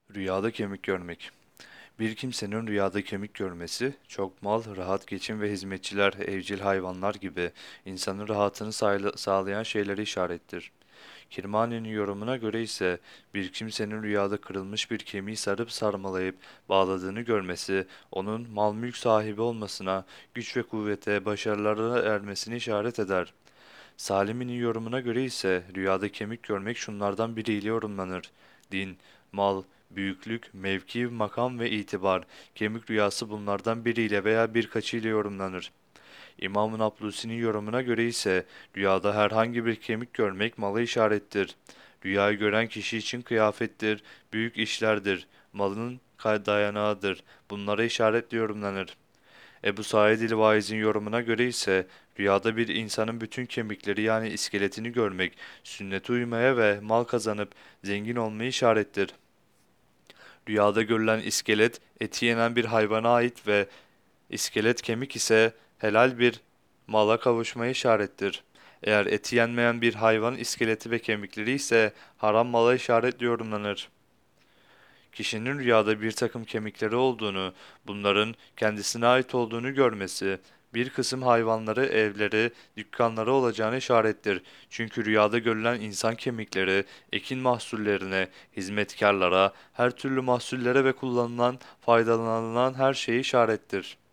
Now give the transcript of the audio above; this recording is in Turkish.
Rüyada kemik görmek. Bir kimsenin rüyada kemik görmesi, çok mal, rahat geçim ve hizmetçiler, evcil hayvanlar gibi insanın rahatını sağlayan şeyleri işarettir. Kirmani'nin yorumuna göre ise bir kimsenin rüyada kırılmış bir kemiği sarıp sarmalayıp bağladığını görmesi, onun mal mülk sahibi olmasına, güç ve kuvvete, başarılara ermesini işaret eder. Salimi'nin yorumuna göre ise rüyada kemik görmek şunlardan biriyle yorumlanır: din, mal, büyüklük, mevki, makam ve itibar. Kemik rüyası bunlardan biriyle veya birkaçıyla yorumlanır. İmam-ı Nablusi'nin yorumuna göre ise rüyada herhangi bir kemik görmek mala işarettir. Rüyayı gören kişi için kıyafettir, büyük işlerdir, malının dayanağıdır. Bunlara işaretli yorumlanır. Ebu Said el-Vaiz'in yorumuna göre ise rüyada bir insanın bütün kemikleri yani iskeletini görmek, sünnete uymaya ve mal kazanıp zengin olmayı işarettir. Rüyada görülen iskelet eti yenen bir hayvana ait ve iskelet kemik ise helal bir mala kavuşmayı işarettir. Eğer eti yenmeyen bir hayvan iskeleti ve kemikleri ise haram mala işaretli yorumlanır. Kişinin rüyada bir takım kemikleri olduğunu, bunların kendisine ait olduğunu görmesi, bir kısım hayvanları, evleri, dükkanları olacağını işarettir. Çünkü rüyada görülen insan kemikleri, ekin mahsullerine, hizmetkarlara, her türlü mahsullere ve kullanılan, faydalanılan her şeyi işarettir.